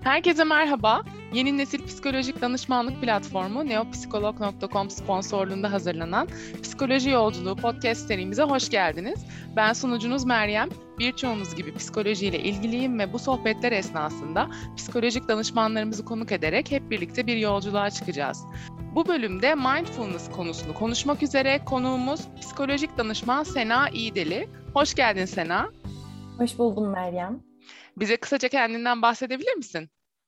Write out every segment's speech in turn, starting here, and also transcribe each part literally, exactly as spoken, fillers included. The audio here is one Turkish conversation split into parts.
Herkese merhaba. Yeni nesil psikolojik danışmanlık platformu neopsikolog nokta com sponsorluğunda hazırlanan Psikoloji Yolculuğu podcast serimize hoş geldiniz. Ben sunucunuz Meryem. Birçoğunuz gibi psikolojiyle ilgiliyim ve bu sohbetler esnasında psikolojik danışmanlarımızı konuk ederek hep birlikte bir yolculuğa çıkacağız. Bu bölümde mindfulness konusunu konuşmak üzere konuğumuz psikolojik danışman Sena İğdeli. Hoş geldin Sena. Hoş buldum Meryem. Bize kısaca kendinden bahsedebilir misin?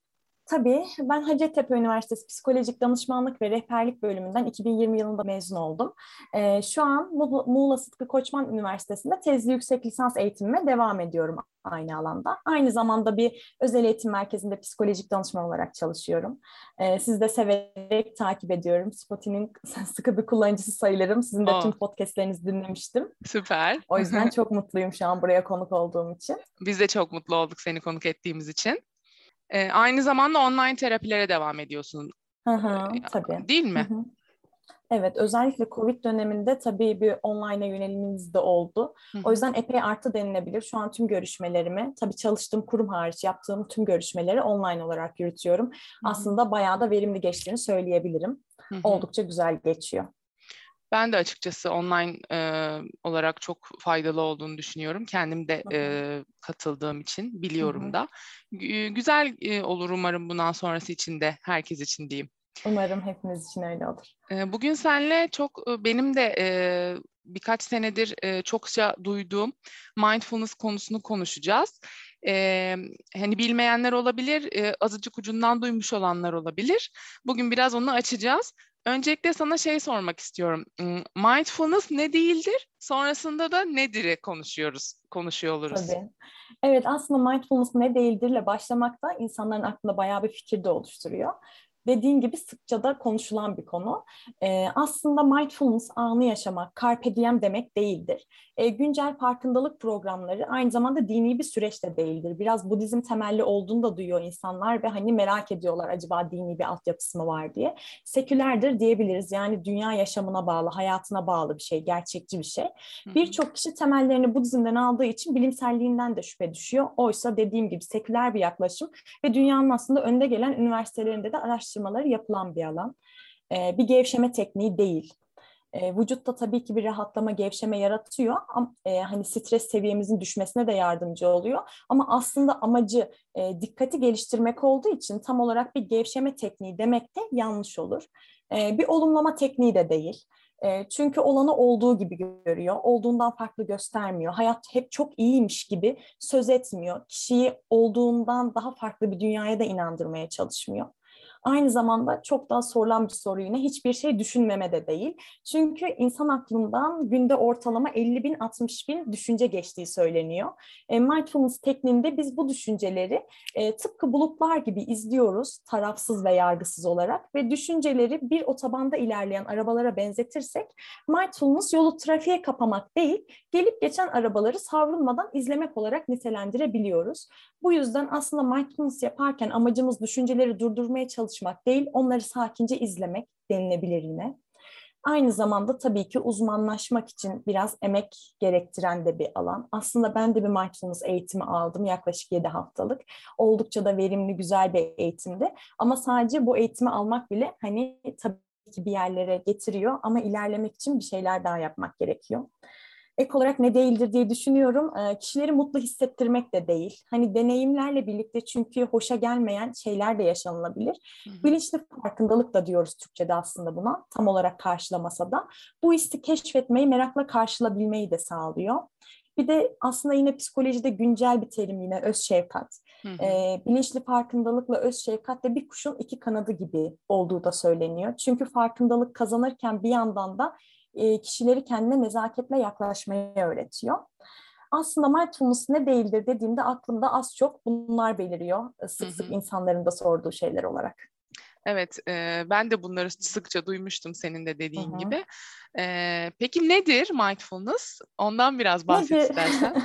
Tabii, ben Hacettepe Üniversitesi Psikolojik Danışmanlık ve Rehberlik bölümünden iki bin yirmi yılında mezun oldum. Ee, şu an Mu- Muğla Sıtkı Koçman Üniversitesi'nde tezli yüksek lisans eğitimime devam ediyorum aynı alanda. Aynı zamanda bir özel eğitim merkezinde psikolojik danışman olarak çalışıyorum. Ee, sizi de severek takip ediyorum. Spotify'nin sıkı bir kullanıcısı sayılırım. Sizin de Oh, tüm podcastlerinizi dinlemiştim. süper. O yüzden çok mutluyum şu an buraya konuk olduğum için. Biz de çok mutlu olduk seni konuk ettiğimiz için. Ee, aynı zamanda online terapilere devam ediyorsun, Hı hı, tabii. değil Hı mi? hı. Evet, özellikle Covid döneminde tabii bir online'a yönelimimiz de oldu. Hı O hı, yüzden epey arttı denilebilir. Şu an tüm görüşmelerimi, tabii çalıştığım kurum hariç yaptığım tüm görüşmeleri online olarak yürütüyorum. hı hı, Aslında bayağı da verimli geçtiğini söyleyebilirim. hı hı. Oldukça güzel geçiyor. Ben de açıkçası online e, olarak çok faydalı olduğunu düşünüyorum. Kendim de Hı hı, e, katıldığım için hı biliyorum hı. da. Gü- güzel e, olur umarım bundan sonrası için de herkes için diyeyim. Umarım hepimiz için öyle olur. E, bugün seninle çok e, benim de e, birkaç senedir e, çokça duyduğum mindfulness konusunu konuşacağız. E, hani bilmeyenler olabilir, e, azıcık ucundan duymuş olanlar olabilir. Bugün biraz onu açacağız. Öncelikle sana şey sormak istiyorum. Hmm, Mindfulness ne değildir? Sonrasında da nedir'i konuşuyoruz, konuşuyor oluruz. Tabii. Evet, aslında mindfulness ne değildirle başlamak da insanların aklında bayağı bir fikir de oluşturuyor. Dediğin gibi sıkça da konuşulan bir konu. Ee, aslında mindfulness anı yaşamak, carpe diem demek değildir. Ee, güncel farkındalık programları aynı zamanda dini bir süreç de değildir. Biraz Budizm temelli olduğunu da duyuyor insanlar ve hani merak ediyorlar acaba dini bir altyapısı mı var diye. Sekülerdir diyebiliriz. Yani dünya yaşamına bağlı, hayatına bağlı bir şey, gerçekçi bir şey. Hı hı. Birçok kişi temellerini Budizm'den aldığı için bilimselliğinden de şüphe düşüyor. Oysa dediğim gibi seküler bir yaklaşım ve dünyanın aslında önde gelen üniversitelerinde de araştırmaları yapılan bir alan. Ee, bir gevşeme tekniği değil. E, vücutta tabii ki bir rahatlama, gevşeme yaratıyor. Ama, e, hani stres seviyemizin düşmesine de yardımcı oluyor. Ama aslında amacı e, dikkati geliştirmek olduğu için tam olarak bir gevşeme tekniği demek de yanlış olur. E, bir olumlama tekniği de değil. E, çünkü olanı olduğu gibi görüyor, olduğundan farklı göstermiyor. Hayat hep çok iyiymiş gibi söz etmiyor. Kişiyi olduğundan daha farklı bir dünyaya da inandırmaya çalışmıyor. Aynı zamanda çok daha sorulan bir soru yine hiçbir şey düşünmeme de değil. Çünkü insan aklından günde ortalama elli bin altmış bin düşünce geçtiği söyleniyor. E, mindfulness tekniğinde biz bu düşünceleri e, tıpkı bulutlar gibi izliyoruz tarafsız ve yargısız olarak ve düşünceleri bir otobanda ilerleyen arabalara benzetirsek mindfulness yolu trafiğe kapamak değil, gelip geçen arabaları savrulmadan izlemek olarak nitelendirebiliyoruz. Bu yüzden aslında mindfulness yaparken amacımız düşünceleri durdurmaya çalışmak değil, onları sakince izlemek denilebilir yine. Aynı zamanda tabii ki uzmanlaşmak için biraz emek gerektiren de bir alan. Aslında ben de bir mindfulness eğitimi aldım yaklaşık yedi haftalık. Oldukça da verimli, güzel bir eğitimdi. Ama sadece bu eğitimi almak bile hani tabii ki bir yerlere getiriyor ama ilerlemek için bir şeyler daha yapmak gerekiyor. Ek olarak ne değildir diye düşünüyorum. E, kişileri mutlu hissettirmek de değil. Hani deneyimlerle birlikte çünkü hoşa gelmeyen şeyler de yaşanılabilir. Hı hı. Bilinçli farkındalık da diyoruz Türkçe'de aslında buna. Tam olarak karşılamasa da. Bu hissi keşfetmeyi, merakla karşılabilmeyi de sağlıyor. Bir de aslında yine psikolojide güncel bir terim yine öz şefkat. Hı hı. E, bilinçli farkındalıkla öz şefkat de bir kuşun iki kanadı gibi olduğu da söyleniyor. Çünkü farkındalık kazanırken bir yandan da e, kişileri kendine nezaketle yaklaşmayı öğretiyor. Aslında mindfulness ne değildir dediğimde aklımda az çok bunlar beliriyor. Hı Sık sık hı. insanların da sorduğu şeyler olarak. Evet, e, ben de bunları sıkça duymuştum senin de Hı dediğin hı. gibi. E, peki nedir mindfulness? Ondan biraz bahset Nedir? istersen.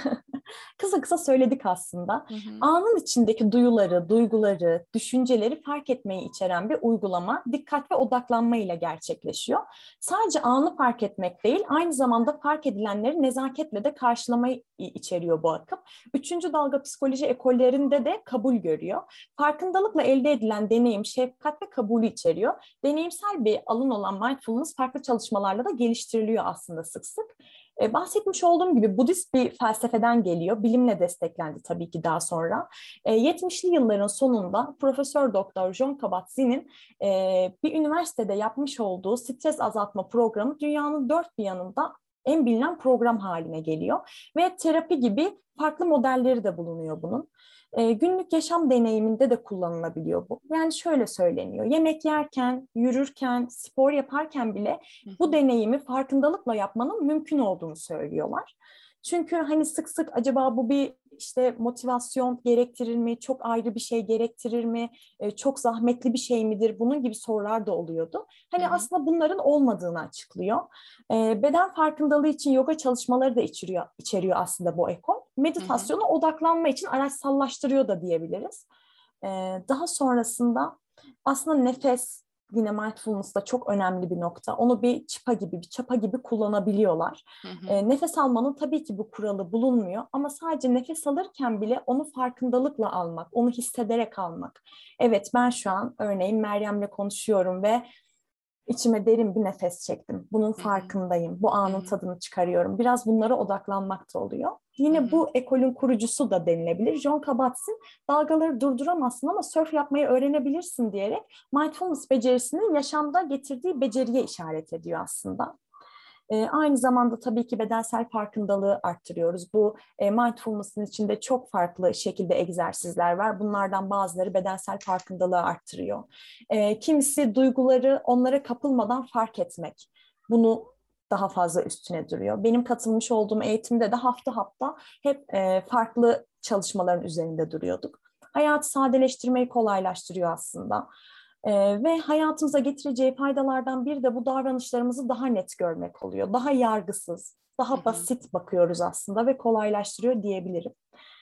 Kısa kısa söyledik aslında. Hı hı. Anın içindeki duyuları, duyguları, düşünceleri fark etmeyi içeren bir uygulama dikkat ve odaklanma ile gerçekleşiyor. Sadece anı fark etmek değil, aynı zamanda fark edilenleri nezaketle de karşılamayı içeriyor bu akım. Üçüncü dalga psikoloji ekollerinde de kabul görüyor. Farkındalıkla elde edilen deneyim, şefkat ve kabulü içeriyor. Deneyimsel bir alan olan mindfulness farklı çalışmalarla da geliştiriliyor aslında sık sık. E, bahsetmiş olduğum gibi Budist bir felsefeden geliyor. Bilimle desteklendi tabii ki daha sonra. E, yetmişli yılların sonunda Profesör Doktor Jon Kabat-Zinn'in e, bir üniversitede yapmış olduğu stres azaltma programı dünyanın dört bir yanında en bilinen program haline geliyor. Ve terapi gibi farklı modelleri de bulunuyor bunun. E, günlük yaşam deneyiminde de kullanılabiliyor bu. Yani şöyle söyleniyor, yemek yerken, yürürken, spor yaparken bile bu deneyimi farkındalıkla yapmanın mümkün olduğunu söylüyorlar. Çünkü hani sık sık acaba bu bir işte motivasyon gerektirir mi, çok ayrı bir şey gerektirir mi, e, çok zahmetli bir şey midir, bunun gibi sorular da oluyordu. Hani hı hı. Aslında bunların olmadığını açıklıyor. E, beden farkındalığı için yoga çalışmaları da içeriyor, içeriyor aslında bu ekol. Meditasyona odaklanma için araçsallaştırıyor da diyebiliriz. E, daha sonrasında aslında nefes, yine mindfulness'ta çok önemli bir nokta. Onu bir çıpa gibi, bir çapa gibi kullanabiliyorlar. Hı hı. E, nefes almanın tabii ki bu kuralı bulunmuyor ama sadece nefes alırken bile onu farkındalıkla almak, onu hissederek almak. Evet, ben şu an örneğin Meryem'le konuşuyorum ve İçime derin bir nefes çektim. Bunun farkındayım. Bu anın tadını çıkarıyorum. Biraz bunlara odaklanmak da oluyor. Yine hı hı. Bu ekolün kurucusu da denilebilir. Jon Kabat-Zinn dalgaları durduramazsın ama sörf yapmayı öğrenebilirsin diyerek mindfulness becerisinin yaşamda getirdiği beceriye işaret ediyor aslında. E, aynı zamanda tabii ki bedensel farkındalığı arttırıyoruz. Bu e, mindfulness'ın içinde çok farklı şekilde egzersizler var. Bunlardan bazıları bedensel farkındalığı arttırıyor. E, kimisi duyguları onlara kapılmadan fark etmek. Bunu daha fazla üstüne duruyor. Benim katılmış olduğum eğitimde de hafta hafta hep e, farklı çalışmaların üzerinde duruyorduk. Hayatı sadeleştirmeyi kolaylaştırıyor aslında. Ee, ve hayatımıza getireceği faydalardan biri de bu davranışlarımızı daha net görmek oluyor. Daha yargısız, daha hı hı. basit bakıyoruz aslında ve kolaylaştırıyor diyebilirim.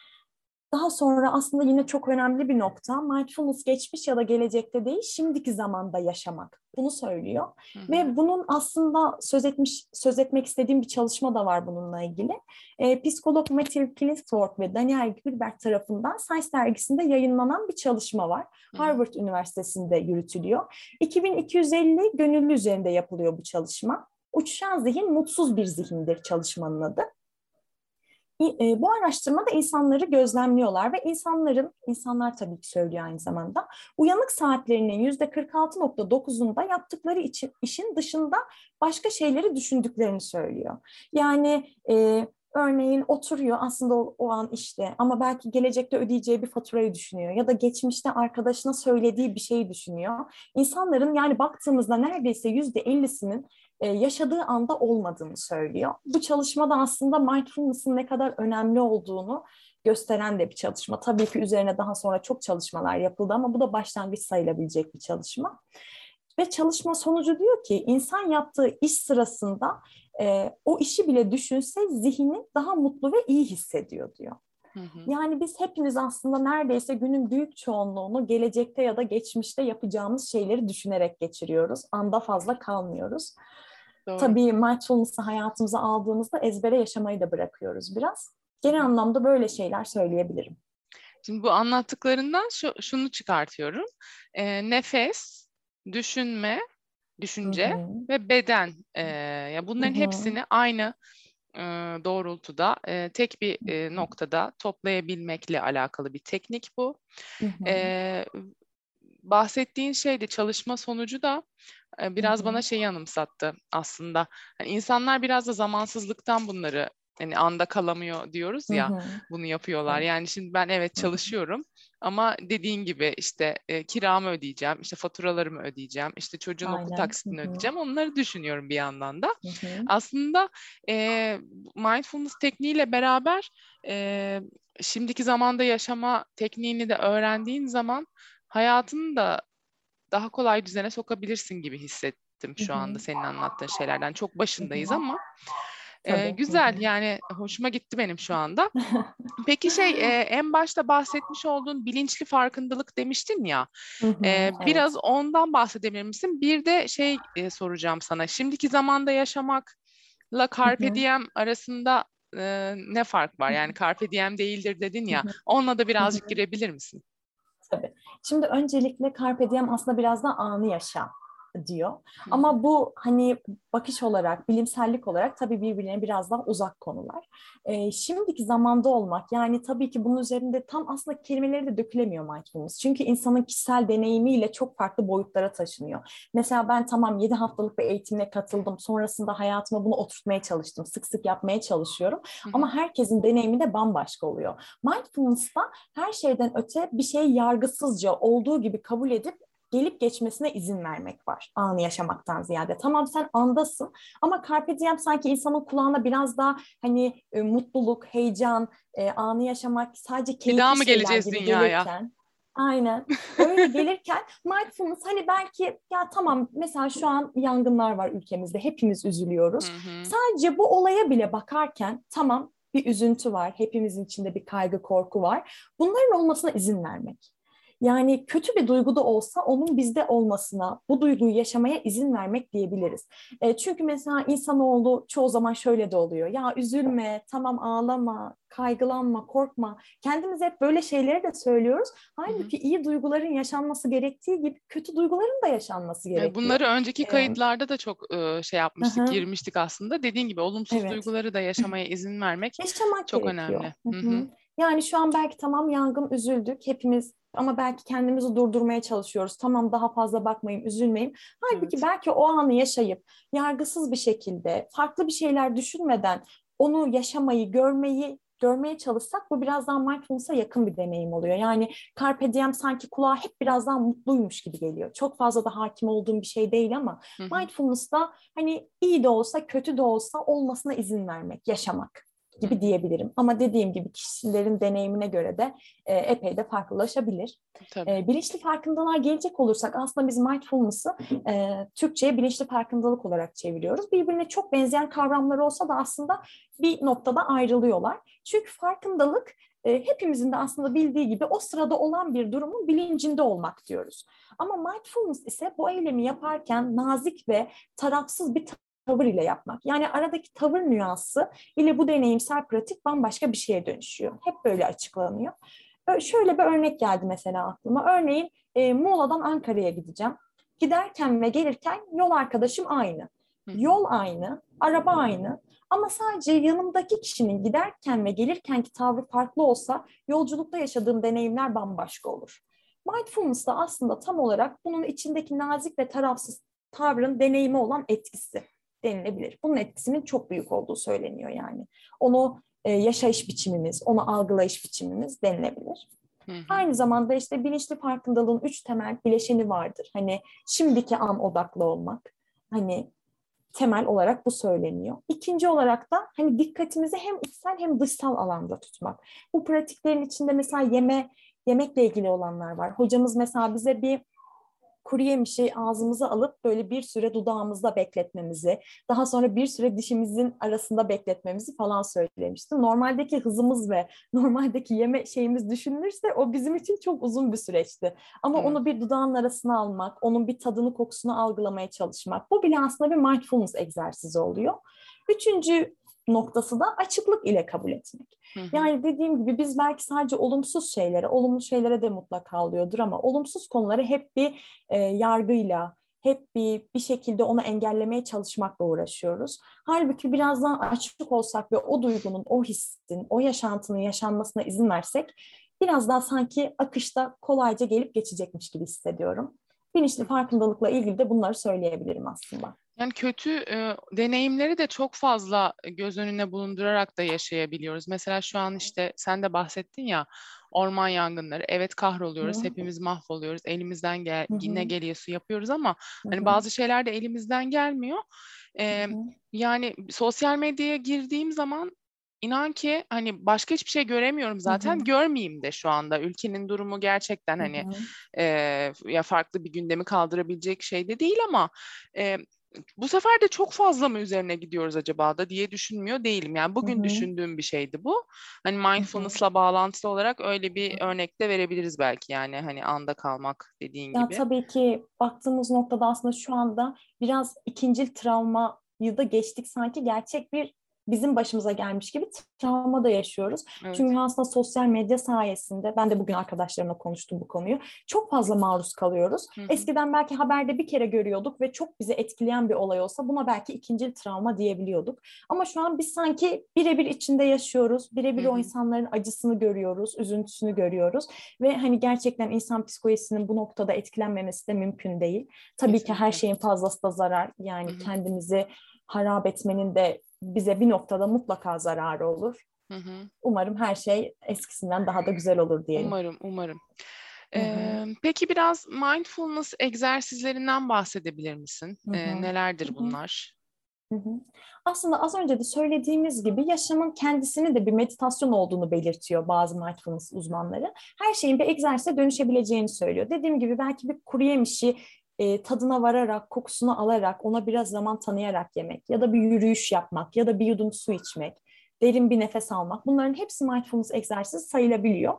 Daha sonra aslında yine çok önemli bir nokta, mindfulness geçmiş ya da gelecekte değil, şimdiki zamanda yaşamak. Bunu söylüyor. Hı hı. Ve bunun aslında söz etmiş, söz etmek istediğim bir çalışma da var bununla ilgili. Ee, psikolog Matthew Killingsworth ve Daniel Gilbert tarafından Science dergisinde yayınlanan bir çalışma var. Hı hı. Harvard Üniversitesi'nde yürütülüyor. iki bin iki yüz elli gönüllü üzerinde yapılıyor bu çalışma. Uçuşan zihin mutsuz bir zihindir çalışmanın adı. Bu araştırmada insanları gözlemliyorlar ve insanların, insanlar tabii ki söylüyor aynı zamanda, uyanık saatlerinin yüzde kırk altı nokta dokuzunda yaptıkları için, işin dışında başka şeyleri düşündüklerini söylüyor. Yani e, örneğin oturuyor aslında o, o an işte ama belki gelecekte ödeyeceği bir faturayı düşünüyor ya da geçmişte arkadaşına söylediği bir şeyi düşünüyor. İnsanların yani baktığımızda neredeyse yüzde ellisinin yaşadığı anda olmadığını söylüyor. Bu çalışmada aslında mindfulness'ın ne kadar önemli olduğunu gösteren de bir çalışma. Tabii ki üzerine daha sonra çok çalışmalar yapıldı ama bu da başlangıç sayılabilecek bir çalışma. Ve çalışma sonucu diyor ki insan yaptığı iş sırasında e, o işi bile düşünse zihni daha mutlu ve iyi hissediyor diyor. Hı hı. Yani biz hepimiz aslında neredeyse günün büyük çoğunluğunu gelecekte ya da geçmişte yapacağımız şeyleri düşünerek geçiriyoruz. Anda fazla kalmıyoruz. Doğru. Tabii mindfulness'ı hayatımıza aldığımızda ezbere yaşamayı da bırakıyoruz biraz. Genel anlamda böyle şeyler söyleyebilirim. Şimdi bu anlattıklarından şu, şunu çıkartıyorum. E, nefes, düşünme, düşünce hı hı. ve beden. E, ya bunların hı hı. hepsini aynı e, doğrultuda, e, tek bir e, noktada toplayabilmekle alakalı bir teknik bu. Hı hı. E, bahsettiğin şey de çalışma sonucu da e, biraz hı hı. bana şeyi anımsattı aslında. Yani insanlar biraz da zamansızlıktan bunları hani anda kalamıyor diyoruz ya, hı hı. bunu yapıyorlar. Evet. Yani şimdi ben evet çalışıyorum hı hı. ama dediğin gibi işte e, kiramı ödeyeceğim, işte faturalarımı ödeyeceğim, işte çocuğun Aynen. okul taksitini hı hı. ödeyeceğim. Onları düşünüyorum bir yandan da. Hı hı. Aslında e, mindfulness tekniğiyle beraber e, şimdiki zamanda yaşama tekniğini de öğrendiğin zaman hayatını da daha kolay düzene sokabilirsin gibi hissettim şu anda senin anlattığın şeylerden. Çok başındayız ama Ee, Tabii. güzel, yani hoşuma gitti benim şu anda. Peki şey e, en başta bahsetmiş olduğun bilinçli farkındalık demiştin ya. Hı hı, e, evet. biraz ondan bahsedebilir misin? Bir de şey e, soracağım sana. Şimdiki zamanda yaşamakla Hı Carpe hı, Diem arasında e, ne fark var? hı Yani Carpe Diem değildir dedin hı, ya. Onunla da hı birazcık hı. girebilir misin? Tabii. Şimdi öncelikle Carpe Diem aslında biraz da anı yaşa diyor. Hı hı. Ama bu hani bakış olarak, bilimsellik olarak tabii birbirine biraz daha uzak konular. Ee, şimdiki zamanda olmak, yani tabii ki bunun üzerinde tam aslında kelimeleri de dökülemiyor mindfulness. Çünkü insanın kişisel deneyimiyle çok farklı boyutlara taşınıyor. Mesela ben tamam yedi haftalık bir eğitimine katıldım. Sonrasında hayatıma bunu oturtmaya çalıştım. Sık sık yapmaya çalışıyorum. Hı hı. Ama herkesin deneyimi de bambaşka oluyor. Mindfulness'ta her şeyden öte bir şeyi yargısızca olduğu gibi kabul edip gelip geçmesine izin vermek var. Anı yaşamaktan ziyade. Tamam sen andasın ama Carpe Diem sanki insanın kulağına biraz daha hani e, mutluluk, heyecan, e, anı yaşamak sadece Bir daha keyifli mı şeyler geleceğiz gibi dünyaya? gelirken aynen öyle gelirken mindfulness hani belki ya tamam mesela şu an yangınlar var ülkemizde hepimiz üzülüyoruz. Hı hı. Sadece bu olaya bile bakarken tamam bir üzüntü var. Hepimizin içinde bir kaygı, korku var. Bunların olmasına izin vermek. Yani kötü bir duygu da olsa onun bizde olmasına, bu duyguyu yaşamaya izin vermek diyebiliriz. E, çünkü mesela insanoğlu çoğu zaman şöyle de oluyor. Ya üzülme, tamam ağlama, kaygılanma, korkma. Kendimize hep böyle şeyleri de söylüyoruz. Hı hı. Halbuki iyi duyguların yaşanması gerektiği gibi kötü duyguların da yaşanması E, gerekiyor. Bunları önceki E, kayıtlarda da çok e, şey hı yapmıştık, hı, girmiştik aslında. Dediğin gibi olumsuz evet. duyguları da yaşamaya izin vermek Yaşamak çok gerekiyor. önemli. Hı Hı hı. hı. Yani şu an belki tamam yangın üzüldük hepimiz ama belki kendimizi durdurmaya çalışıyoruz. Tamam daha fazla bakmayayım, üzülmeyeyim. Halbuki Evet. belki o anı yaşayıp yargısız bir şekilde, farklı bir şeyler düşünmeden onu yaşamayı, görmeyi görmeye çalışsak bu biraz daha mindfulness'a yakın bir deneyim oluyor. Yani Carpe Diem sanki kulağa hep biraz daha mutluymuş gibi geliyor. Çok fazla da hakim olduğum bir şey değil ama Hı hı. mindfulness'ta hani iyi de olsa kötü de olsa olmasına izin vermek, yaşamak Hı gibi hı. diyebilirim. Ama dediğim gibi kişilerin deneyimine göre de e, epey de farklılaşabilir. Tabii. E, bilinçli farkındalığa gelecek olursak aslında biz mindfulness'ı e, Türkçe'ye bilinçli farkındalık olarak çeviriyoruz. Birbirine çok benzeyen kavramlar olsa da aslında bir noktada ayrılıyorlar. Çünkü farkındalık e, hepimizin de aslında bildiği gibi o sırada olan bir durumun bilincinde olmak diyoruz. Ama mindfulness ise bu eylemi yaparken nazik ve tarafsız bir tavır ile yapmak. Yani aradaki tavır nüansı ile bu deneyimsel pratik bambaşka bir şeye dönüşüyor. Hep böyle açıklanıyor. Şöyle bir örnek geldi mesela aklıma. Örneğin e, Muğla'dan Ankara'ya gideceğim. Giderken ve gelirken yol arkadaşım aynı. Hı hı. Yol aynı, araba aynı. Ama sadece yanımdaki kişinin giderken ve gelirkenki tavrı farklı olsa yolculukta yaşadığım deneyimler bambaşka olur. Mindfulness da aslında tam olarak bunun içindeki nazik ve tarafsız tavrın deneyimi olan etkisi denilebilir. Bunun etkisinin çok büyük olduğu söyleniyor yani. Onu e, yaşayış biçimimiz, onu algılayış biçimimiz denilebilir. Hı hı. Aynı zamanda işte bilinçli farkındalığın üç temel bileşeni vardır. Hani şimdiki an odaklı olmak, hani temel olarak bu söyleniyor. İkinci olarak da hani dikkatimizi hem içsel hem dışsal alanda tutmak. Bu pratiklerin içinde mesela yeme, yemekle ilgili olanlar var. Hocamız mesela bize bir kuru yemişi ağzımıza alıp böyle bir süre dudağımızda bekletmemizi, daha sonra bir süre dişimizin arasında bekletmemizi falan söylemişti. Normaldeki hızımız ve normaldeki yeme şeyimiz düşünülürse o bizim için çok uzun bir süreçti. Ama Evet. onu bir dudağın arasına almak, onun bir tadını, kokusunu algılamaya çalışmak. Bu bile aslında bir mindfulness egzersizi oluyor. Üçüncü noktası da açıklık ile kabul etmek. Hı hı. Yani dediğim gibi biz belki sadece olumsuz şeylere, olumlu şeylere de mutlaka oluyordur ama olumsuz konuları hep bir e, yargıyla, hep bir bir şekilde onu engellemeye çalışmakla uğraşıyoruz. Halbuki biraz daha açık olsak ve o duygunun, o hissin, o yaşantının yaşanmasına izin versek biraz daha sanki akışta kolayca gelip geçecekmiş gibi hissediyorum. Bilinçli farkındalıkla ilgili de bunları söyleyebilirim aslında. Yani kötü e, deneyimleri de çok fazla göz önüne bulundurarak da yaşayabiliyoruz. Mesela şu an işte sen de bahsettin ya, orman yangınları. Evet, kahroluyoruz, Hı hepimiz mahvoluyoruz. Elimizden gel hı, ne geliyorsa yapıyoruz ama hı hani hı, bazı şeyler de elimizden gelmiyor. hı E, hı, Yani sosyal medyaya girdiğim zaman inan ki hani başka hiçbir şey göremiyorum hı zaten. hı, Görmeyeyim de şu anda. Ülkenin durumu gerçekten hı hani hı, e, ya farklı bir gündemi kaldırabilecek şey de değil ama e, bu sefer de çok fazla mı üzerine gidiyoruz acaba da diye düşünmüyor değilim. Yani bugün Hı hı. düşündüğüm bir şeydi bu. Hani mindfulness'la bağlantılı olarak öyle bir örnek de verebiliriz belki, yani hani anda kalmak dediğin Ya gibi. tabii ki baktığımız noktada aslında şu anda biraz ikincil travmayı da geçtik, sanki gerçek bir bizim başımıza gelmiş gibi travma da yaşıyoruz. Evet. Çünkü aslında sosyal medya sayesinde, ben de bugün arkadaşlarımla konuştum bu konuyu, çok fazla maruz kalıyoruz. Hı hı. Eskiden belki haberde bir kere görüyorduk ve çok bizi etkileyen bir olay olsa buna belki ikincil travma diyebiliyorduk. Ama şu an biz sanki birebir içinde yaşıyoruz, birebir Hı o hı. insanların acısını görüyoruz, üzüntüsünü görüyoruz. Ve hani gerçekten insan psikolojisinin bu noktada etkilenmemesi de mümkün değil. Tabii ki her Kesinlikle. şeyin fazlası da zarar. Hı Yani hı. kendimizi harap etmenin de bize bir noktada mutlaka zararı olur. Hı hı. Umarım her şey eskisinden daha da güzel olur diyelim. Umarım, umarım. Hı hı, Ee, peki biraz mindfulness egzersizlerinden bahsedebilir misin? hı Ee, hı, nelerdir hı hı. bunlar? Hı hı. Aslında az önce de söylediğimiz gibi yaşamın kendisinin de bir meditasyon olduğunu belirtiyor bazı mindfulness uzmanları. Her şeyin bir egzersize dönüşebileceğini söylüyor. Dediğim gibi belki bir kuru yemişi e, tadına vararak, kokusunu alarak, ona biraz zaman tanıyarak yemek ya da bir yürüyüş yapmak ya da bir yudum su içmek, derin bir nefes almak. Bunların hepsi mindfulness egzersizi sayılabiliyor.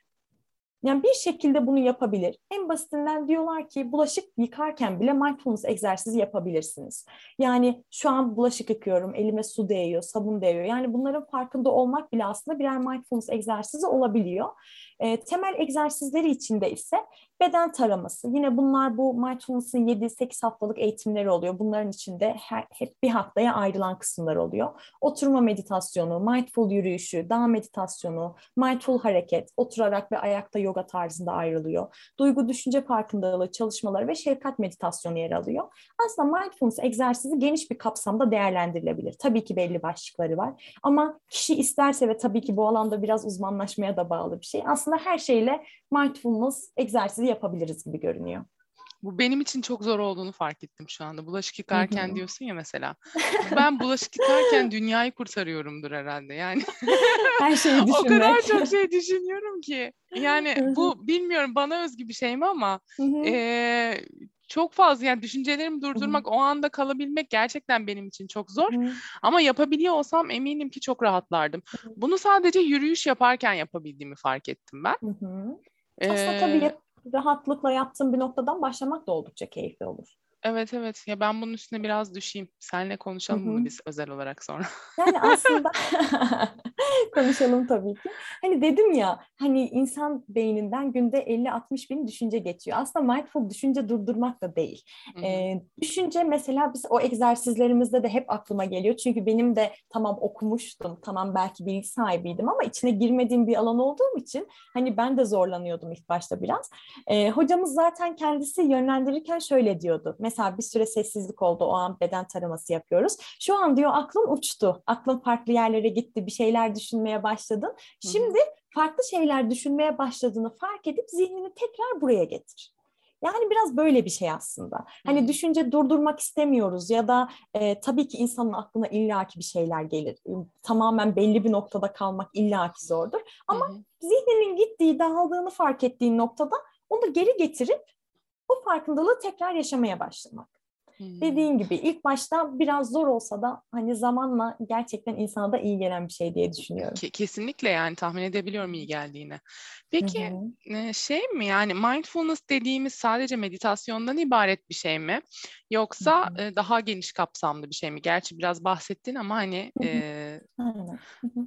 Yani bir şekilde bunu yapabilir. En basitinden diyorlar ki bulaşık yıkarken bile mindfulness egzersizi yapabilirsiniz. Yani şu an bulaşık yıkıyorum, elime su değiyor, sabun değiyor. Yani bunların farkında olmak bile aslında birer mindfulness egzersizi olabiliyor. E, temel egzersizleri içinde ise beden taraması. Yine bunlar bu mindfulness'ın yedi sekiz haftalık eğitimleri oluyor. Bunların içinde her, hep bir haftaya ayrılan kısımlar oluyor. Oturma meditasyonu, mindful yürüyüşü, dağ meditasyonu, mindful hareket, oturarak ve ayakta yoga tarzında ayrılıyor. Duygu düşünce farkındalığı çalışmaları ve şefkat meditasyonu yer alıyor. Aslında mindfulness egzersizi geniş bir kapsamda değerlendirilebilir. Tabii ki belli başlıkları var. Ama kişi isterse ve tabii ki bu alanda biraz uzmanlaşmaya da bağlı bir şey. Aslında her şeyle mindfulness egzersizi yapabiliriz gibi görünüyor. Bu benim için çok zor olduğunu fark ettim şu anda. Bulaşık Hı yıkarken hı. diyorsun ya mesela. Ben bulaşık yıkarken dünyayı kurtarıyorumdur herhalde. Yani Her şeyi o kadar düşünmek. çok şey düşünüyorum ki. Yani Hı hı. bu bilmiyorum bana özgü bir şey mi ama Hı hı. eee, çok fazla, yani düşüncelerimi Hı hı. durdurmak, o anda kalabilmek gerçekten benim için çok zor. Hı hı. Ama yapabiliyor olsam eminim ki çok rahatlardım. Bunu sadece yürüyüş yaparken yapabildiğimi fark ettim ben. Hı hı. Aslında tabii Eee, yap- rahatlıkla yaptığın bir noktadan başlamak da oldukça keyifli olur. evet evet, ya ben bunun üstüne biraz düşeyim. Seninle Hı konuşalım bunu hı. biz özel olarak sonra. Yani aslında konuşalım tabii ki. Hani dedim ya, hani insan beyninden günde elli altmış bin düşünce geçiyor. Aslında mindful düşünce durdurmak da değil. Hı hı. Ee, düşünce mesela biz o egzersizlerimizde de hep aklıma geliyor. Çünkü benim de tamam okumuştum, tamam belki bilgi sahibiydim ama içine girmediğim bir alan olduğum için hani ben de zorlanıyordum ilk başta biraz. Ee, hocamız zaten kendisi yönlendirirken şöyle diyordu. Mesela bir süre sessizlik oldu, o an beden taraması yapıyoruz. Şu an diyor aklın uçtu. Aklın farklı yerlere gitti. Bir şeyler düşünmeye başladın. Hı hı. Şimdi farklı şeyler düşünmeye başladığını fark edip zihnini tekrar buraya getir. Yani biraz böyle bir şey aslında. Hı Hani hı. düşünce durdurmak istemiyoruz ya da e, tabii ki insanın aklına illaki bir şeyler gelir. E, Tamamen belli bir noktada kalmak illaki zordur. Hı Ama hı. zihninin gittiği, dağıldığını fark ettiğin noktada onu geri getirip o farkındalığı tekrar yaşamaya başlamak. Hı hı. Dediğin gibi ilk başta biraz zor olsa da hani zamanla gerçekten insana da iyi gelen bir şey diye düşünüyorum. Ke- kesinlikle, yani tahmin edebiliyorum iyi geldiğini. Hı Peki hı. e, şey mi, yani mindfulness dediğimiz sadece meditasyondan ibaret bir şey mi? Hı Yoksa hı. e, daha geniş kapsamlı bir şey mi? Gerçi biraz bahsettin ama hani Hı hı. e, Aynen. Hı hı.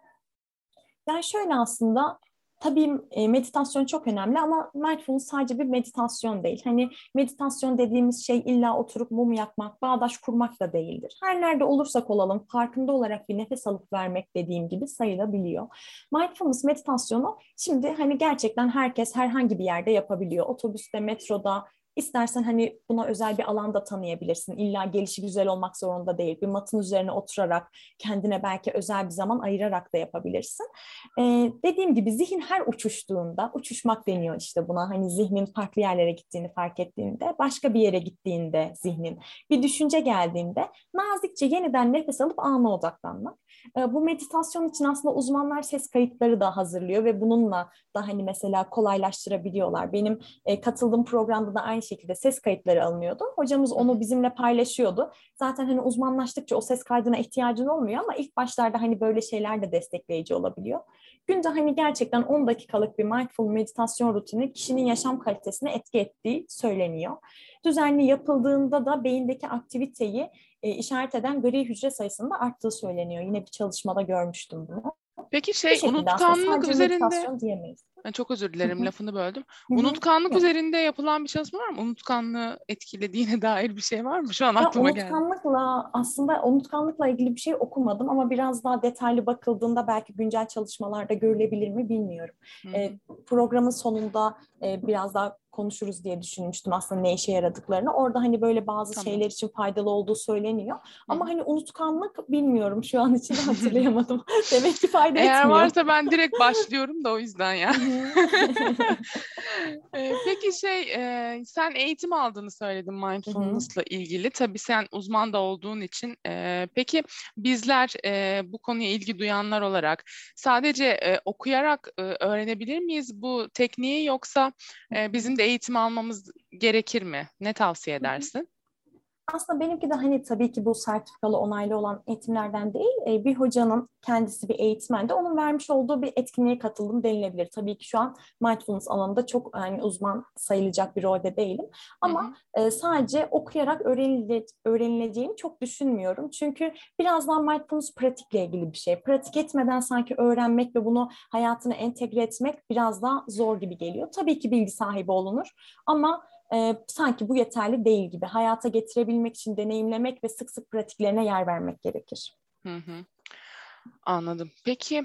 Yani şöyle aslında tabii e, meditasyon çok önemli ama mindfulness sadece bir meditasyon değil. Hani meditasyon dediğimiz şey illa oturup mum yakmak, bağdaş kurmak da değildir. Her nerede olursak olalım farkında olarak bir nefes alıp vermek dediğim gibi sayılabiliyor. Mindfulness meditasyonu şimdi hani gerçekten herkes herhangi bir yerde yapabiliyor. Otobüste, metroda, İstersen hani buna özel bir alanda tanıyabilirsin. İlla gelişi güzel olmak zorunda değil. Bir matın üzerine oturarak kendine belki özel bir zaman ayırarak da yapabilirsin. Ee, dediğim gibi zihin her uçuştuğunda, uçuşmak deniyor işte buna. Hani zihnin farklı yerlere gittiğini fark ettiğinde, başka bir yere gittiğinde zihnin, bir düşünce geldiğinde nazikçe yeniden nefes alıp ana odaklanmak. E, bu meditasyon için aslında uzmanlar ses kayıtları da hazırlıyor ve bununla da hani mesela kolaylaştırabiliyorlar. Benim e, katıldığım programda da aynı şekilde ses kayıtları alınıyordu. Hocamız onu bizimle paylaşıyordu. Zaten hani uzmanlaştıkça o ses kaydına ihtiyacın olmuyor ama ilk başlarda hani böyle şeyler de destekleyici olabiliyor. Günde hani gerçekten on dakikalık bir mindful meditasyon rutini kişinin yaşam kalitesine etki ettiği söyleniyor. Düzenli yapıldığında da beyindeki aktiviteyi e, işaret eden gri hücre sayısının da arttığı söyleniyor. Yine bir çalışmada görmüştüm bunu. Peki Bu şey şekilde aslında unutkanlık sadece üzerinde, meditasyon diyemeyiz. ben çok özür Hı dilerim hı. lafını böldüm. Hı hı. Unutkanlık Yok. üzerinde yapılan bir çalışma var mı? Unutkanlığı etkilediğine dair bir şey var mı? Şu an Ya aklıma geldi. unutkanlıkla aslında unutkanlıkla ilgili bir şey okumadım ama biraz daha detaylı bakıldığında belki güncel çalışmalarda görülebilir mi bilmiyorum. Hı E, hı. programın sonunda e, biraz daha konuşuruz diye düşünmüştüm aslında ne işe yaradıklarını. Orada hani böyle bazı Tamam. şeyler için faydalı olduğu söyleniyor. Hı Ama hı. hani unutkanlık bilmiyorum şu an için hatırlayamadım. Demek ki fayda Eğer etmiyor. varsa ben direkt başlıyorum da o yüzden ya. Hı hı. Ee, Peki şey, e, sen eğitim aldığını söyledin Hı hı. mindfulness'la ilgili. Tabii sen uzman da olduğun için. e, peki bizler e, bu konuya ilgi duyanlar olarak sadece e, okuyarak e, öğrenebilir miyiz bu tekniği yoksa e, bizim de eğitim almamız gerekir mi? Ne tavsiye Hı hı. edersin? Aslında benimki de hani tabii ki bu sertifikalı onaylı olan eğitimlerden değil, e, bir hocanın kendisi bir eğitmen de onun vermiş olduğu bir etkinliğe katıldım denilebilir. Tabii ki şu an mindfulness alanında çok yani uzman sayılacak bir rolde değilim. Hı Ama hı. e, sadece okuyarak öğrenile, öğrenileceğini çok düşünmüyorum. Çünkü biraz daha mindfulness pratikle ilgili bir şey. Pratik etmeden sanki öğrenmek ve bunu hayatına entegre etmek biraz daha zor gibi geliyor. Tabii ki bilgi sahibi olunur ama e, sanki bu yeterli değil gibi. Hayata getirebilmek için deneyimlemek ve sık sık pratiklerine yer vermek gerekir. Hı hı. Anladım. Peki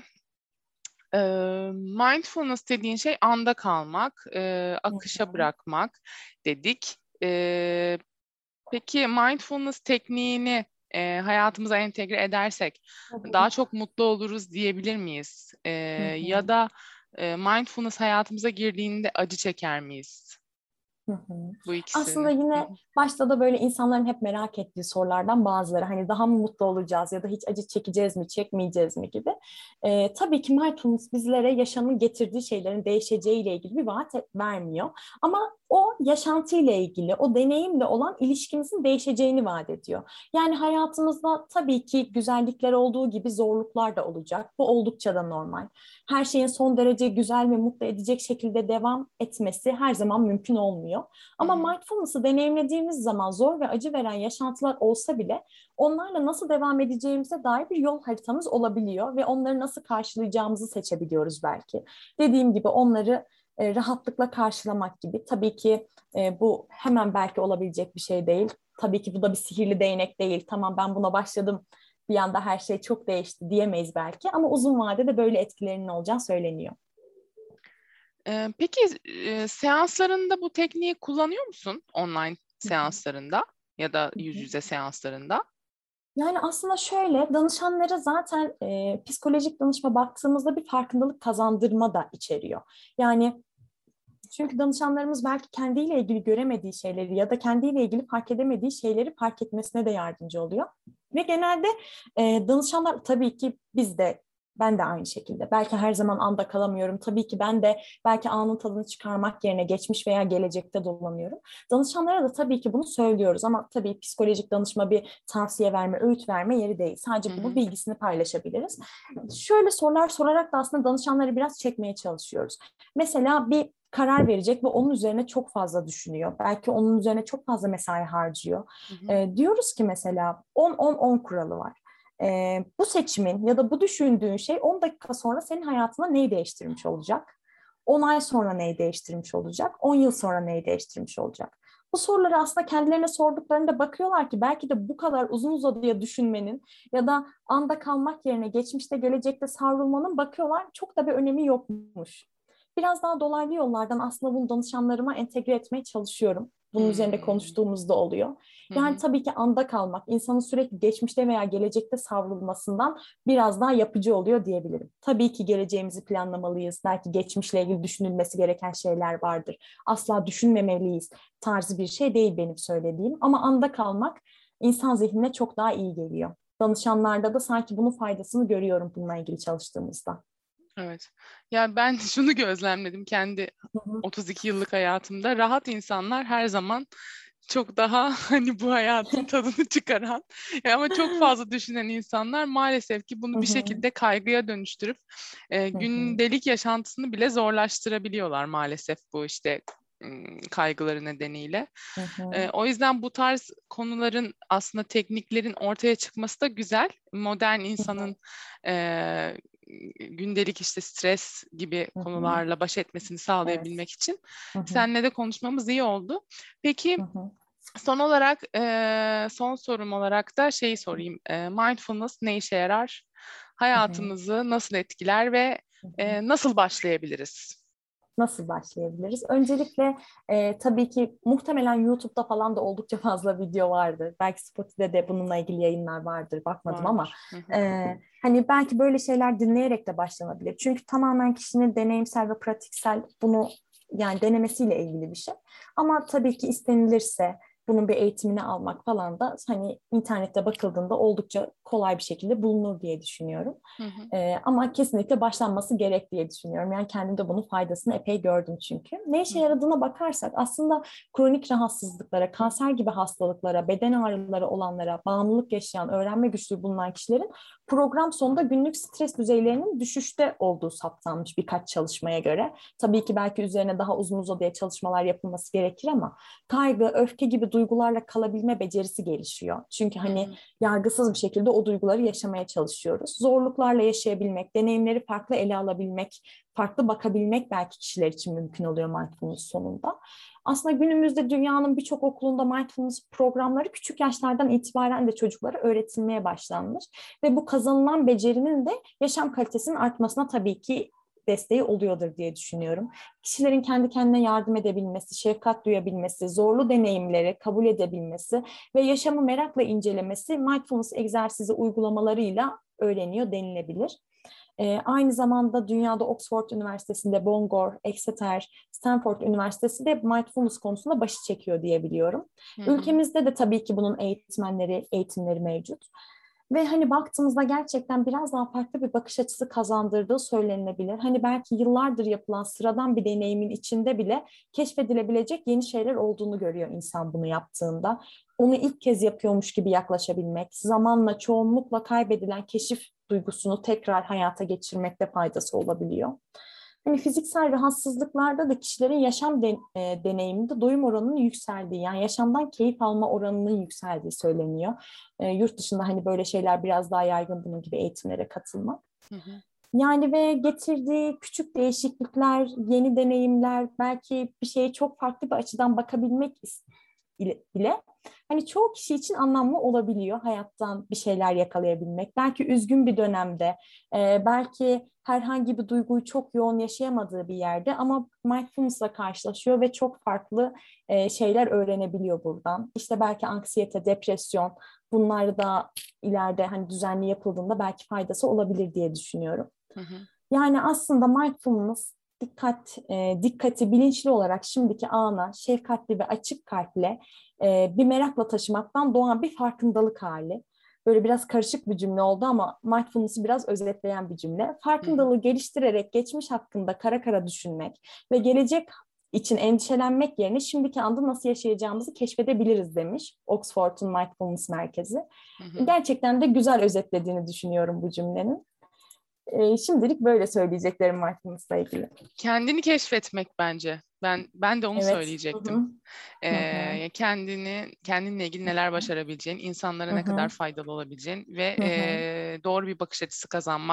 e, mindfulness dediğin şey anda kalmak, e, Hı akışa hı. bırakmak dedik. E, peki mindfulness tekniğini e, hayatımıza entegre edersek Hı hı. daha çok mutlu oluruz diyebilir miyiz? E, Hı ya hı. da e, mindfulness hayatımıza girdiğinde acı çeker miyiz? Hı hı. Bu Aslında ikisini. Hı yine hı. başta da böyle insanların hep merak ettiği sorulardan bazıları hani daha mı mutlu olacağız ya da hiç acı çekeceğiz mi, çekmeyeceğiz mi gibi. Ee, tabii ki mindfulness bizlere yaşamın getirdiği şeylerin değişeceğiyle ilgili bir vaat e- vermiyor. Ama o yaşantıyla ilgili, o deneyimle olan ilişkimizin değişeceğini vaat ediyor. Yani hayatımızda tabii ki güzellikler olduğu gibi zorluklar da olacak. Bu oldukça da normal. Her şeyin son derece güzel ve mutlu edecek şekilde devam etmesi her zaman mümkün olmuyor. Hı Ama hı. mindfulness'ı deneyimlediğimiz zaman zor ve acı veren yaşantılar olsa bile onlarla nasıl devam edeceğimize dair bir yol haritamız olabiliyor ve onları nasıl karşılayacağımızı seçebiliyoruz belki. Dediğim gibi onları e, rahatlıkla karşılamak gibi. Tabii ki e, bu hemen belki olabilecek bir şey değil. Tabii ki bu da bir sihirli değnek değil. Tamam ben buna başladım, bir anda her şey çok değişti diyemeyiz belki ama uzun vadede böyle etkilerinin olacağı söyleniyor. E, peki e, seanslarında bu tekniği kullanıyor musun? Online Hı hı, seanslarında ya da hı yüz hı. yüze seanslarında? Yani aslında şöyle danışanlara zaten e, psikolojik danışma baktığımızda bir farkındalık kazandırma da içeriyor. Yani çünkü danışanlarımız belki kendiyle ilgili göremediği şeyleri ya da kendiyle ilgili fark edemediği şeyleri fark etmesine de yardımcı oluyor. Ve genelde e, danışanlar tabii ki biz de ben de aynı şekilde. Belki her zaman anda kalamıyorum. Tabii ki ben de belki anın tadını çıkarmak yerine geçmiş veya gelecekte dolanıyorum. Danışanlara da tabii ki bunu söylüyoruz ama tabii psikolojik danışma bir tavsiye verme, öğüt verme yeri değil. Hı Sadece bunu hı. bilgisini paylaşabiliriz. Şöyle sorular sorarak da aslında danışanları biraz çekmeye çalışıyoruz. Mesela bir karar verecek ve onun üzerine çok fazla düşünüyor. Belki onun üzerine çok fazla mesai harcıyor. Hı hı. E, diyoruz ki mesela on on on kuralı var. E, bu seçimin ya da bu düşündüğün şey on dakika sonra senin hayatında neyi değiştirmiş olacak? on ay sonra neyi değiştirmiş olacak? on yıl sonra neyi değiştirmiş olacak? Bu soruları aslında kendilerine sorduklarında bakıyorlar ki belki de bu kadar uzun uzadıya düşünmenin ya da anda kalmak yerine geçmişte gelecekte savrulmanın bakıyorlar çok da bir önemi yokmuş. Biraz daha dolaylı yollardan aslında bunu danışanlarıma entegre etmeye çalışıyorum. Bunun üzerinde Hmm. konuştuğumuzda oluyor. Hı Yani hı. tabii ki anda kalmak, insanın sürekli geçmişte veya gelecekte savrulmasından biraz daha yapıcı oluyor diyebilirim. Tabii ki geleceğimizi planlamalıyız. Belki geçmişle ilgili düşünülmesi gereken şeyler vardır. Asla düşünmemeliyiz tarzı bir şey değil benim söylediğim. Ama anda kalmak insan zihnine çok daha iyi geliyor. danışanlarda da sanki bunun faydasını görüyorum bununla ilgili çalıştığımızda. Evet. Yani ben şunu gözlemledim kendi Hı hı. otuz iki yıllık hayatımda. Rahat insanlar her zaman çok daha hani bu hayatın tadını çıkaran ya ama çok fazla düşünen insanlar maalesef ki Hı bunu bir hı. şekilde kaygıya dönüştürüp e, Hı hı. gündelik yaşantısını bile zorlaştırabiliyorlar maalesef bu işte ım, kaygıları nedeniyle. Hı hı. E, o yüzden bu tarz konuların aslında tekniklerin ortaya çıkması da güzel. Modern Hı hı. insanın e, gündelik işte stres gibi Hı hı. konularla baş etmesini Evet. sağlayabilmek için Hı hı. seninle de konuşmamız iyi oldu. Hı Peki hı. son olarak e, son sorum olarak da şeyi sorayım. E, mindfulness ne işe yarar? Hı hı. Hayatımızı nasıl etkiler ve Hı hı. e, nasıl başlayabiliriz? Nasıl başlayabiliriz? Öncelikle e, tabii ki muhtemelen YouTube'da falan da oldukça fazla video vardır. Belki Spotify'da de bununla ilgili yayınlar vardır. Bakmadım ama Vardır. Hı hı. e, hani belki böyle şeyler dinleyerek de başlanabilir. Çünkü tamamen kişinin deneyimsel ve pratiksel bunu yani denemesiyle ilgili bir şey. Ama tabii ki istenilirse bunun bir eğitimini almak falan da hani internette bakıldığında oldukça kolay bir şekilde bulunur diye düşünüyorum. Hı hı. Ee, ama kesinlikle başlanması gerek diye düşünüyorum. Yani kendim de bunun faydasını epey gördüm çünkü. Ne Hı işe hı. yaradığına bakarsak aslında kronik rahatsızlıklara, kanser gibi hastalıklara, beden ağrıları olanlara, bağımlılık yaşayan, öğrenme güçlüğü bulunan kişilerin program sonunda günlük stres düzeylerinin düşüşte olduğu saptanmış birkaç çalışmaya göre. Tabii ki belki üzerine daha uzun uzadıya çalışmalar yapılması gerekir ama kaygı, öfke gibi duygularla kalabilme becerisi gelişiyor. Çünkü Hı hani hı. yargısız bir şekilde o duyguları yaşamaya çalışıyoruz. Zorluklarla yaşayabilmek, deneyimleri farklı ele alabilmek, farklı bakabilmek belki kişiler için mümkün oluyor mindfulness sonunda. Aslında günümüzde dünyanın birçok okulunda mindfulness programları küçük yaşlardan itibaren de çocuklara öğretilmeye başlanmış. Ve bu kazanılan becerinin de yaşam kalitesinin artmasına tabii ki desteği oluyordur diye düşünüyorum. Kişilerin kendi kendine yardım edebilmesi, şefkat duyabilmesi, zorlu deneyimleri kabul edebilmesi ve yaşamı merakla incelemesi mindfulness egzersizi uygulamalarıyla öğreniyor denilebilir. Ee, aynı zamanda dünyada Oxford Üniversitesi'nde, Bangor, Exeter, Stanford Üniversitesi de mindfulness konusunda başı çekiyor diyebiliyorum. Hı hı. Ülkemizde de tabii ki bunun eğitmenleri, eğitimleri mevcut. Ve hani baktığımızda gerçekten biraz daha farklı bir bakış açısı kazandırdığı söylenilebilir. Hani belki yıllardır yapılan sıradan bir deneyimin içinde bile keşfedilebilecek yeni şeyler olduğunu görüyor insan bunu yaptığında. Onu ilk kez yapıyormuş gibi yaklaşabilmek, zamanla çoğunlukla kaybedilen keşif duygusunu tekrar hayata geçirmekte faydası olabiliyor. Hani fiziksel rahatsızlıklarda da kişilerin yaşam de, e, deneyiminde doyum oranının yükseldiği, yani yaşamdan keyif alma oranının yükseldiği söyleniyor. E, yurt dışında hani böyle şeyler biraz daha yaygın, bunun gibi eğitimlere katılmak. Hı hı. Yani ve getirdiği küçük değişiklikler, yeni deneyimler, belki bir şeye çok farklı bir açıdan bakabilmek ile, ile hani çoğu kişi için anlamlı olabiliyor hayattan bir şeyler yakalayabilmek. Belki üzgün bir dönemde, e, belki herhangi bir duyguyu çok yoğun yaşayamadığı bir yerde ama mindfulness'la karşılaşıyor ve çok farklı e, şeyler öğrenebiliyor buradan. İşte belki anksiyete, depresyon, bunlar da ileride hani düzenli yapıldığında belki faydası olabilir diye düşünüyorum. Hı hı. Yani aslında mindfulness dikkat, e, dikkati bilinçli olarak şimdiki ana şefkatli ve açık kalple e, bir merakla taşımaktan doğan bir farkındalık hali. Böyle biraz karışık bir cümle oldu ama mindfulness'ı biraz özetleyen bir cümle. Hı hı. Farkındalığı geliştirerek geçmiş hakkında kara kara düşünmek ve gelecek için endişelenmek yerine şimdiki anda nasıl yaşayacağımızı keşfedebiliriz demiş Oxford'un Mindfulness Merkezi. Hı hı. Gerçekten de güzel özetlediğini düşünüyorum bu cümlenin. E, şimdilik böyle söyleyeceklerim mindfulness'la ilgili. Kendini keşfetmek bence. Ben ben de onu Evet. Hı söyleyecektim. hı. Hı hı. Ee, kendini kendinle ilgili neler başarabileceğin, insanlara Hı ne kadar hı. faydalı olabileceğin ve Hı hı. e, doğru bir bakış açısı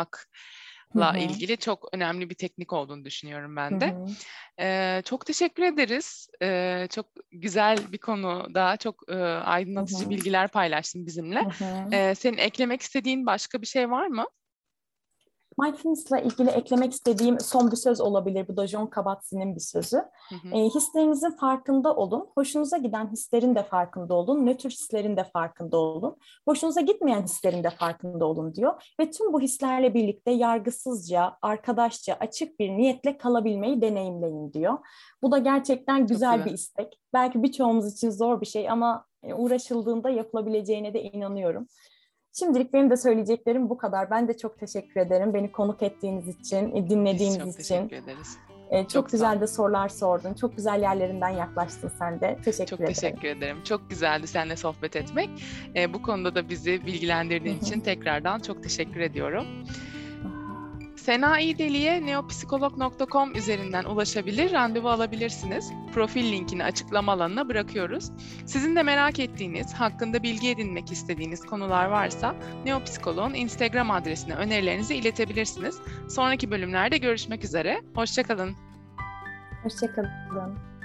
Hı kazanmakla hı. ilgili çok önemli bir teknik olduğunu düşünüyorum Hı ben de. hı. Ee, çok teşekkür ederiz. Ee, çok güzel bir konu daha çok e, Hı aydınlatıcı hı. bilgiler paylaştın bizimle. Hı hı. Ee, senin eklemek istediğin başka bir şey var mı? Mindfulness'la ilgili eklemek istediğim son bir söz olabilir. Bu da Jon Kabat-Zinn'in bir sözü. Hı hı. E, hislerinizin farkında olun. Hoşunuza giden hislerin de farkında olun. Nötr hislerin de farkında olun. Hoşunuza gitmeyen hislerin de farkında olun diyor. Ve tüm bu hislerle birlikte yargısızca, arkadaşça, açık bir niyetle kalabilmeyi deneyimleyin diyor. Bu da gerçekten Çok güzel güzel. bir istek. Belki birçoğumuz için zor bir şey ama uğraşıldığında yapılabileceğine de inanıyorum. Şimdilik benim de söyleyeceklerim bu kadar. Ben de çok teşekkür ederim beni konuk ettiğiniz için, dinlediğiniz Biz çok için. teşekkür ederiz. Ee, çok, Çok güzel de sorular sordun. Çok güzel yerlerinden yaklaştın sen de. Teşekkür Çok ederim. teşekkür ederim. Çok güzeldi seninle sohbet etmek. Ee, bu konuda da bizi bilgilendirdiğin için tekrardan çok teşekkür ediyorum. Sena İdeli'ye neopsikolog nokta com üzerinden ulaşabilir, randevu alabilirsiniz. Profil linkini açıklama alanına bırakıyoruz. Sizin de merak ettiğiniz, hakkında bilgi edinmek istediğiniz konular varsa Neopsikolog'un Instagram adresine önerilerinizi iletebilirsiniz. Sonraki bölümlerde görüşmek üzere. Hoşça kalın. Hoşça kalın.